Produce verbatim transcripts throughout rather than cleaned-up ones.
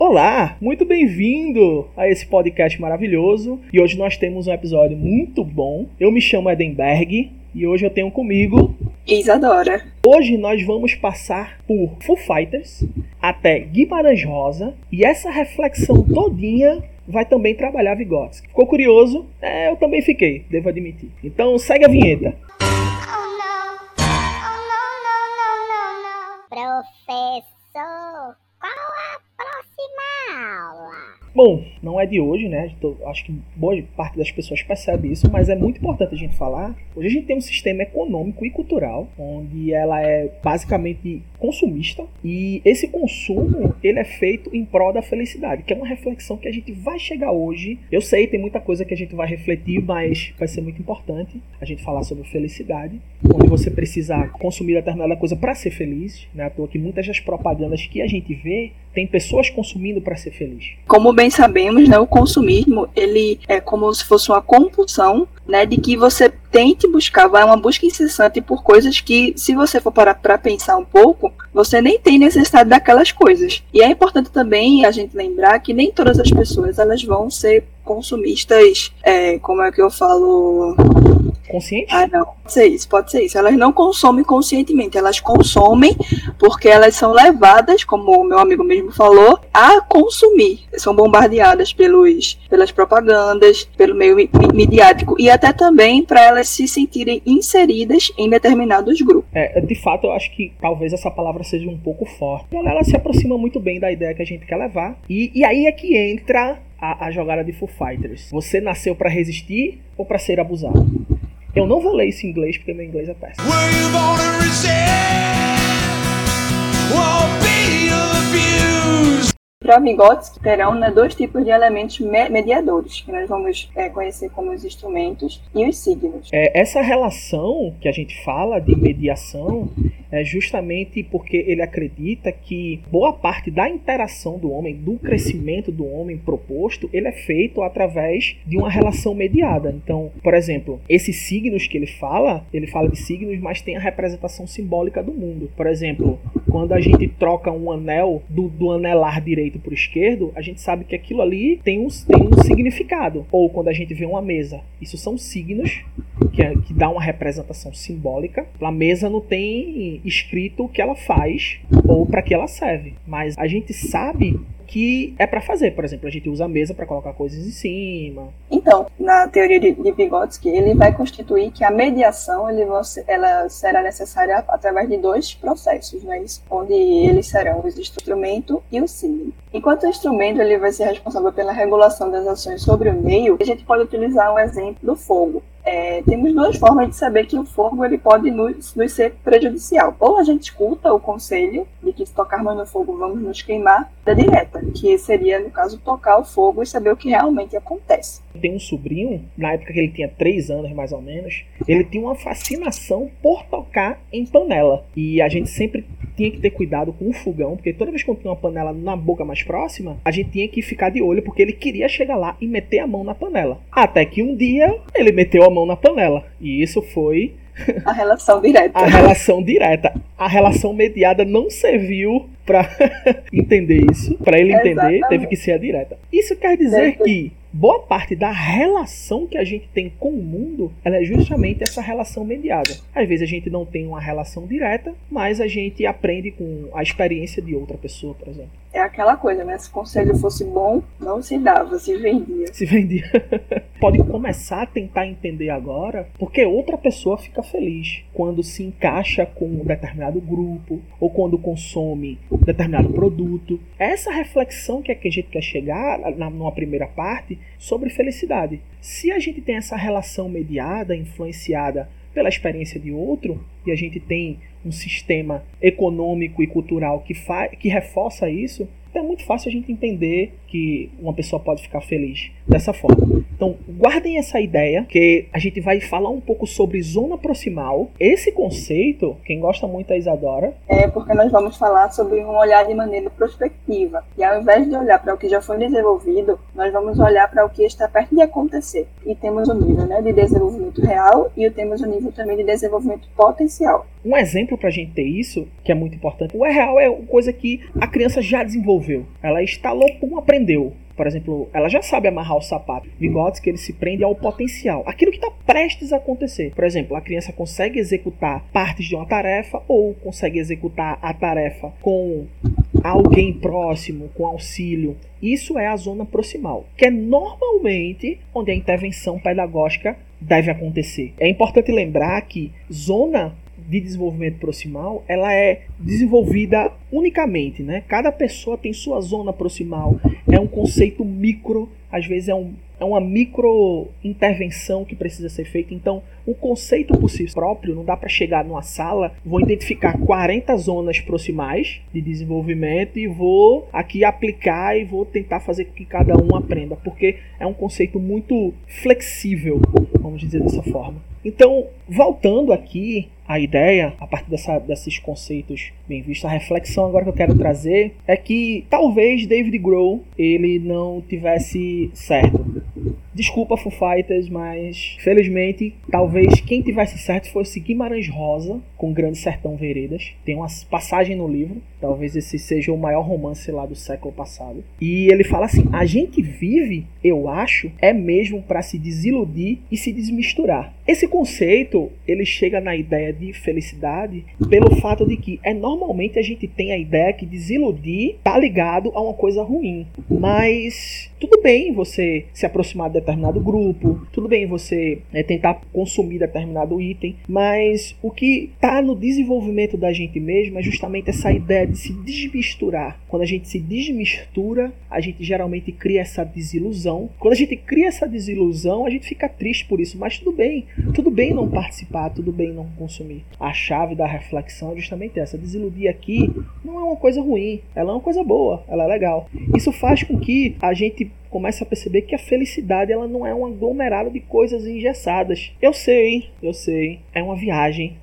Olá, muito bem-vindo a esse podcast maravilhoso. E hoje nós temos um episódio muito bom. Eu me chamo Edenberg e hoje eu tenho comigo Isadora. Hoje nós vamos passar por Foo Fighters até Guimarães Rosa e essa reflexão todinha vai também trabalhar Vygotsky. Ficou curioso? É, eu também fiquei, devo admitir. Então segue a vinheta. Professor, qual a próxima aula? Bom, não é de hoje, né? Acho que boa parte das pessoas percebe isso, mas é muito importante a gente falar. Hoje a gente tem um sistema econômico e cultural, onde ela é basicamente consumista, e esse consumo, ele é feito em prol da felicidade, que é uma reflexão que a gente vai chegar hoje. Eu sei, tem muita coisa que a gente vai refletir, mas vai ser muito importante a gente falar sobre felicidade, onde você precisa consumir determinada coisa para ser feliz, né? À toa que muitas das propagandas que a gente vê, tem pessoas consumindo para ser feliz. Como bem sabemos, né, o consumismo, ele é como se fosse uma compulsão, né, de que você tente buscar, vai uma busca incessante por coisas que, se você for parar para pensar um pouco, você nem tem necessidade daquelas coisas. E é importante também a gente lembrar que nem todas as pessoas elas vão ser consumistas, é, como é que eu falo... Consciente? Ah, não. Pode ser isso, pode ser isso. Elas não consomem conscientemente, elas consomem porque elas são levadas, como o meu amigo mesmo falou, a consumir. São bombardeadas pelos, pelas propagandas, pelo meio midiático e até também para elas se sentirem inseridas em determinados grupos. É, de fato, eu acho que talvez essa palavra seja um pouco forte. Ela se aproxima muito bem da ideia que a gente quer levar. E, e aí é que entra a, a jogada de Foo Fighters. Você nasceu para resistir ou para ser abusado? Eu não vou ler isso em inglês, porque meu inglês é péssimo. Para Vygotsky, terão, né, dois tipos de elementos me- mediadores, que nós vamos é, conhecer como os instrumentos e os signos. É, essa relação que a gente fala de mediação é justamente porque ele acredita que boa parte da interação do homem, do crescimento do homem proposto, ele é feito através de uma relação mediada. Então, por exemplo, esses signos que ele fala, ele fala de signos, mas tem a representação simbólica do mundo. Por exemplo, quando a gente troca um anel do, do anelar direito para o esquerdo, a gente sabe que aquilo ali tem um, tem um significado. Ou quando a gente vê uma mesa, isso são signos que, é, que dá uma representação simbólica. A mesa não tem escrito o que ela faz ou para que ela serve, mas a gente sabe que é para fazer. Por exemplo, a gente usa a mesa para colocar coisas em cima. Então, na teoria de, de Vygotsky, ele vai constituir que a mediação ele, ela será necessária através de dois processos, né? Onde eles serão o instrumento e o signo. Enquanto o instrumento ele vai ser responsável pela regulação das ações sobre o meio, a gente pode utilizar um exemplo do fogo. É, temos duas formas de saber que o fogo ele pode nos, nos ser prejudicial. Ou a gente escuta o conselho de que se tocarmos no fogo vamos nos queimar, da direta, que seria, no caso, tocar o fogo e saber o que realmente acontece. Tem um sobrinho, na época que ele tinha três anos mais ou menos, ele tinha uma fascinação por tocar em panela. E a gente sempre tinha que ter cuidado com o fogão, porque toda vez que eu tinha uma panela na boca mais próxima, a gente tinha que ficar de olho, porque ele queria chegar lá e meter a mão na panela. Até que um dia ele meteu a mão na panela. E isso foi... A relação direta. A relação direta. A relação mediada não serviu para entender isso. Para ele entender, exatamente, teve que ser a direta. Isso quer dizer Deve... que boa parte da relação que a gente tem com o mundo, ela é justamente essa relação mediada. Às vezes a gente não tem uma relação direta, mas a gente aprende com a experiência de outra pessoa, por exemplo. É aquela coisa, né? Se o conselho fosse bom, não se dava, se vendia. Se vendia. Pode começar a tentar entender agora, porque outra pessoa fica feliz quando se encaixa com um determinado grupo, ou quando consome determinado produto. Essa reflexão que a gente quer chegar na, numa primeira parte sobre felicidade. Se a gente tem essa relação mediada, influenciada pela experiência de outro, e a gente tem um sistema econômico e cultural que, fa- que reforça isso, então é muito fácil a gente entender que uma pessoa pode ficar feliz dessa forma. Então, guardem essa ideia, que a gente vai falar um pouco sobre zona proximal. Esse conceito, quem gosta muito é a Isadora. É porque nós vamos falar sobre um olhar de maneira prospectiva. E ao invés de olhar para o que já foi desenvolvido, nós vamos olhar para o que está perto de acontecer. E temos o nível, né, de desenvolvimento real e temos o nível também de desenvolvimento potencial. potencial. Um exemplo para a gente ter isso, que é muito importante, o é real é uma coisa que a criança já desenvolveu. Ela instalou, pum, aprendeu. Por exemplo, ela já sabe amarrar o sapato. Vygotsky, ele se prende ao potencial. Aquilo que está prestes a acontecer. Por exemplo, a criança consegue executar partes de uma tarefa ou consegue executar a tarefa com alguém próximo, com auxílio. Isso é a zona proximal, que é normalmente onde a intervenção pedagógica deve acontecer. É importante lembrar que zona de desenvolvimento proximal, ela é desenvolvida unicamente, né? Cada pessoa tem sua zona proximal. É um conceito micro, às vezes é, um, é uma micro intervenção que precisa ser feita. Então, o conceito por si próprio, não dá para chegar numa sala, vou identificar quarenta zonas proximais de desenvolvimento e vou aqui aplicar e vou tentar fazer com que cada um aprenda, porque é um conceito muito flexível, vamos dizer dessa forma. Então, voltando aqui à ideia, a partir dessa, desses conceitos bem vistos, a reflexão agora que eu quero trazer é que talvez David Grohl ele não tivesse certo. Desculpa, Foo Fighters, mas felizmente talvez quem tivesse certo fosse Guimarães Rosa com Grande Sertão Veredas. Tem uma passagem no livro, talvez esse seja o maior romance lá do século passado. E ele fala assim: a gente vive, eu acho, é mesmo para se desiludir e se desmisturar. Esse conceito, ele chega na ideia de felicidade pelo fato de que é normalmente a gente tem a ideia que desiludir tá ligado a uma coisa ruim. Mas tudo bem você se aproximar de determinado grupo, tudo bem você é, tentar consumir determinado item, mas o que está no desenvolvimento da gente mesmo é justamente essa ideia de se desmisturar. Quando a gente se desmistura, a gente geralmente cria essa desilusão. Quando a gente cria essa desilusão, a gente fica triste por isso, mas tudo bem. Tudo bem não participar, tudo bem não consumir. A chave da reflexão é justamente essa. Desiludir aqui não é uma coisa ruim, ela é uma coisa boa, ela é legal. Isso faz com que a gente comece a perceber que a felicidade ela não é um aglomerado de coisas engessadas. Eu sei, eu sei, é uma viagem.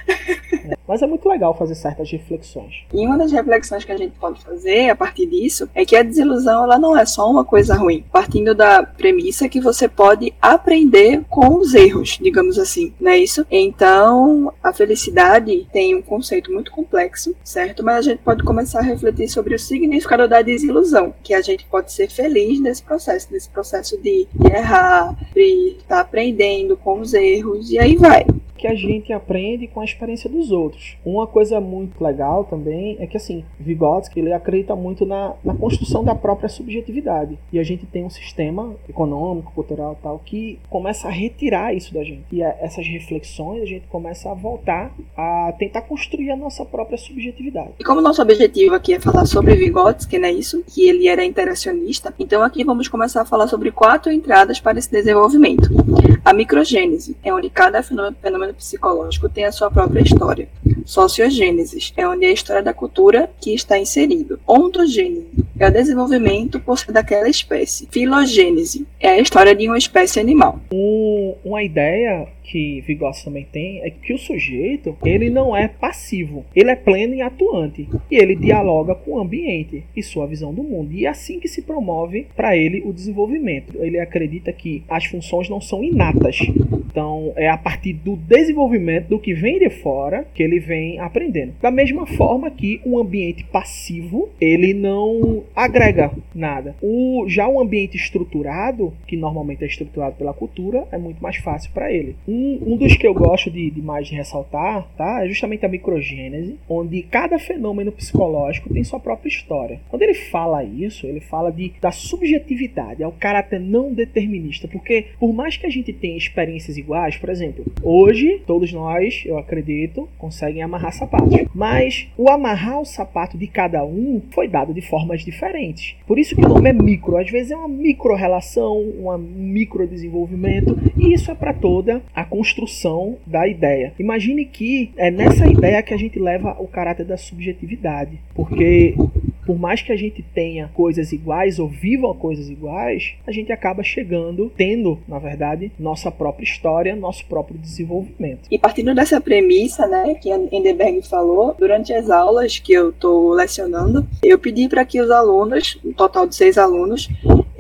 É, mas é muito legal fazer certas reflexões. E uma das reflexões que a gente pode fazer a partir disso é que a desilusão ela não é só uma coisa ruim, partindo da premissa que você pode aprender com os erros, digamos assim, não é isso? Então, a felicidade tem um conceito muito complexo, certo? Mas a gente pode começar a refletir sobre o significado da desilusão, que a gente pode ser feliz nesse processo, nesse processo de, de errar, de estar aprendendo com os erros, e aí vai. Que a gente aprende com a experiência dos outros. Uma coisa muito legal também é que, assim, Vygotsky, ele acredita muito na, na construção da própria subjetividade. E a gente tem um sistema econômico, cultural e tal, que começa a retirar isso da gente. E a, essas reflexões, a gente começa a voltar a tentar construir a nossa própria subjetividade. E como nosso objetivo aqui é falar sobre Vygotsky, não é isso? Que ele era interacionista, então aqui vamos começar a falar sobre quatro entradas para esse desenvolvimento. A microgênese é onde cada fenômeno, fenômeno psicológico tem a sua própria história. Sociogênese é onde é a história da cultura que está inserido. Ontogênese é o desenvolvimento por ser daquela espécie. Filogênese é a história de uma espécie animal. Um, uma ideia que Vygotsky também tem é que o sujeito ele não é passivo, ele é pleno e atuante e ele dialoga com o ambiente e sua visão do mundo, e é assim que se promove para ele o desenvolvimento. Ele acredita que as funções não são inatas, então é a partir do desenvolvimento do que vem de fora que ele vem aprendendo. Da mesma forma que um ambiente passivo ele não agrega nada. O, já o ambiente estruturado, que normalmente é estruturado pela cultura, é muito mais fácil para ele. Um, um dos que eu gosto de, de mais de ressaltar, tá, é justamente a microgênese, onde cada fenômeno psicológico tem sua própria história. Quando ele fala isso, ele fala de, da subjetividade, é o caráter não determinista, porque por mais que a gente tenha experiências iguais, por exemplo, hoje todos nós, eu acredito, conseguem amarrar sapatos, mas o amarrar o sapato de cada um foi dado de formas diferentes. Por isso que o nome é micro, às vezes é uma micro-relação, um micro-desenvolvimento, e isso é para toda a construção da ideia. Imagine que é nessa ideia que a gente leva o caráter da subjetividade, porque por mais que a gente tenha coisas iguais ou viva coisas iguais, a gente acaba chegando, tendo, na verdade, nossa própria história, nosso próprio desenvolvimento. E partindo dessa premissa, né, que a Enderberg falou, durante as aulas que eu estou lecionando, eu pedi para que os alunos, um total de seis alunos,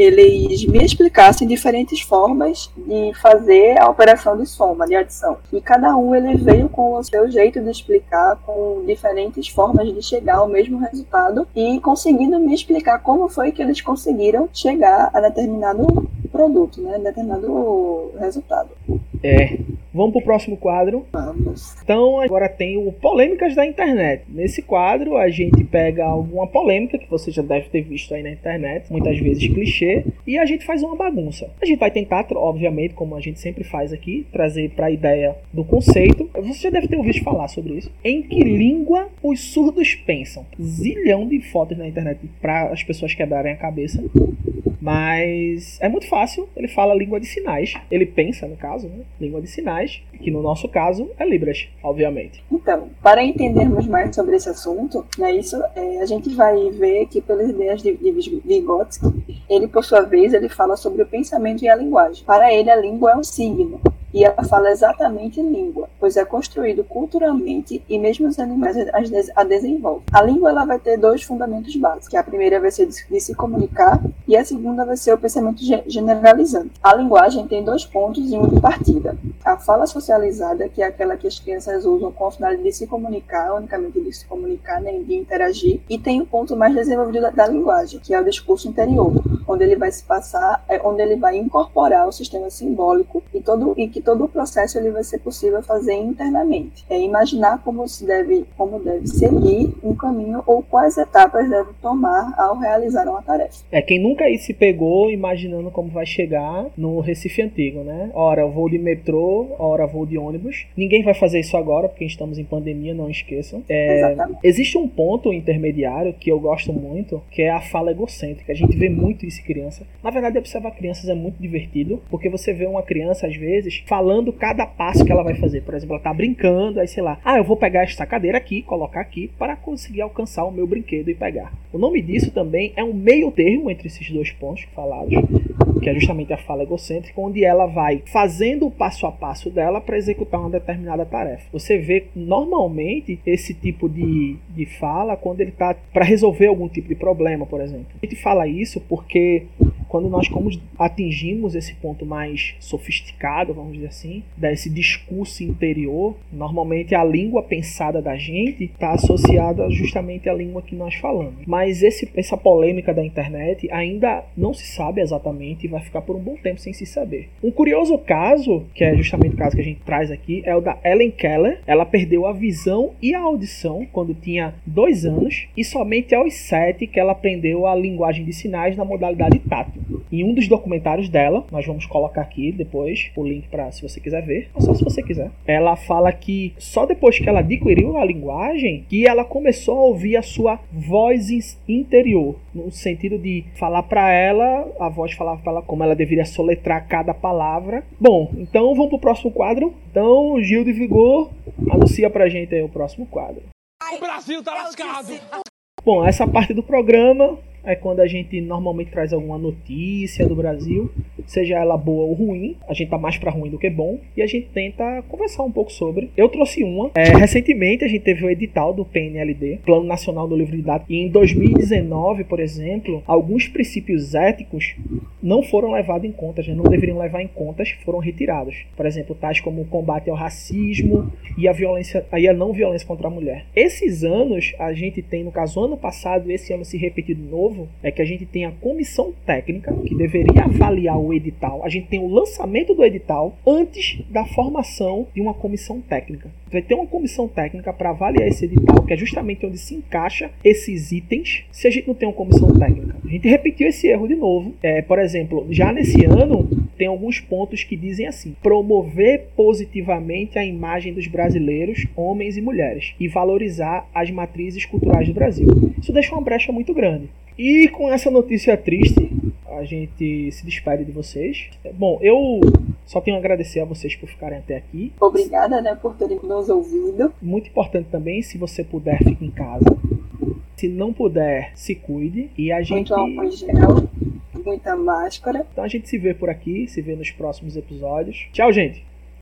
eles me explicassem diferentes formas de fazer a operação de soma, de adição. E cada um ele veio com o seu jeito de explicar, com diferentes formas de chegar ao mesmo resultado e conseguindo me explicar como foi que eles conseguiram chegar a determinado produto, né, determinado resultado. É. Vamos pro próximo quadro. Vamos. Então, agora tem o Polêmicas da Internet. Nesse quadro, a gente pega alguma polêmica que você já deve ter visto aí na internet, muitas vezes clichê, e a gente faz uma bagunça. A gente vai tentar, obviamente, como a gente sempre faz aqui, trazer para a ideia do conceito. Você já deve ter ouvido falar sobre isso. Em que língua os surdos pensam? Zilhão de fotos na internet para as pessoas quebrarem a cabeça. Mas é muito fácil. Ele fala língua de sinais. Ele pensa, no caso, né? Língua de sinais, que no nosso caso é Libras, obviamente. Então, para entendermos mais sobre esse assunto, né, isso, é, a gente vai ver que pelas ideias de, de Vygotsky, ele, por sua vez, ele fala sobre o pensamento e a linguagem. Para ele, a língua é um signo. E ela fala exatamente língua, pois é construído culturalmente e mesmo os animais a desenvolvem. A língua ela vai ter dois fundamentos básicos, que a primeira vai ser de se comunicar e a segunda vai ser o pensamento generalizante. A linguagem tem dois pontos e um de partida. A fala socializada, que é aquela que as crianças usam com a finalidade de se comunicar, unicamente de se comunicar, nem de interagir, e tem o ponto mais desenvolvido da, da linguagem, que é o discurso interior, onde ele vai se passar, é, onde ele vai incorporar o sistema simbólico e todo e que todo o processo ele vai ser possível fazer internamente. É imaginar como se deve, como deve seguir um caminho ou quais etapas deve tomar ao realizar uma tarefa. É, quem nunca aí se pegou imaginando como vai chegar no Recife Antigo, né? Ora vou de metrô, ora vou de ônibus. Ninguém vai fazer isso agora, porque estamos em pandemia, não esqueçam. É, existe um ponto intermediário que eu gosto muito, que é a fala egocêntrica. A gente vê muito isso em criança. Na verdade, observar crianças é muito divertido, porque você vê uma criança, às vezes, falando cada passo que ela vai fazer. Por exemplo, ela tá brincando, aí sei lá, ah, eu vou pegar esta cadeira aqui, colocar aqui, para conseguir alcançar o meu brinquedo e pegar. O nome disso também é um meio termo entre esses dois pontos falados, que é justamente a fala egocêntrica, onde ela vai fazendo o passo a passo dela para executar uma determinada tarefa. Você vê normalmente esse tipo de, de fala quando ele está para resolver algum tipo de problema, por exemplo. A gente fala isso porque quando nós como atingimos esse ponto mais sofisticado, vamos dizer assim, desse discurso interior, normalmente a língua pensada da gente está associada justamente à língua que nós falamos. Mas esse, essa polêmica da internet ainda não se sabe exatamente e vai ficar por um bom tempo sem se saber. Um curioso caso, que é justamente o caso que a gente traz aqui, é o da Helen Keller. Ela perdeu a visão e a audição quando tinha dois anos e somente aos sete que ela aprendeu a linguagem de sinais na modalidade tátil. Em um dos documentários dela, nós vamos colocar aqui depois o link para se você quiser ver, ou só se você quiser. Ela fala que só depois que ela adquiriu a linguagem que ela começou a ouvir a sua voz interior, no sentido de falar para ela, a voz falava para ela como ela deveria soletrar cada palavra. Bom, então vamos pro próximo quadro. Então, Gil de Vigor, anuncia pra gente aí o próximo quadro. O Brasil tá lascado! Bom, essa parte do programa é quando a gente normalmente traz alguma notícia do Brasil, seja ela boa ou ruim. A gente tá mais pra ruim do que bom, e a gente tenta conversar um pouco sobre. Eu trouxe uma. É, recentemente a gente teve o edital do P N L D, Plano Nacional do Livro Didático, e em dois mil e dezenove, por exemplo, alguns princípios éticos não foram levados em conta, já não deveriam levar em conta, foram retirados. Por exemplo, tais como o combate ao racismo e a violência, e a não violência contra a mulher. Esses anos, a gente tem, no caso, ano passado, esse ano se repetir de novo, é que a gente tem a comissão técnica que deveria avaliar o edital. A gente tem o lançamento do edital antes da formação de uma comissão técnica. Vai ter uma comissão técnica para avaliar esse edital, que é justamente onde se encaixa esses itens, se a gente não tem uma comissão técnica. A gente repetiu esse erro de novo. É, por exemplo, já nesse ano, tem alguns pontos que dizem assim: promover positivamente a imagem dos brasileiros, homens e mulheres, e valorizar as matrizes culturais do Brasil. Isso deixa uma brecha muito grande. E com essa notícia triste, a gente se despede de vocês. Bom, eu só tenho a agradecer a vocês por ficarem até aqui. Obrigada, né, por terem nos ouvido. Muito importante também, se você puder, fique em casa. Se não puder, se cuide. E a gente... Muito álcool em gel, muita máscara. Então a gente se vê por aqui, se vê nos próximos episódios. Tchau, gente!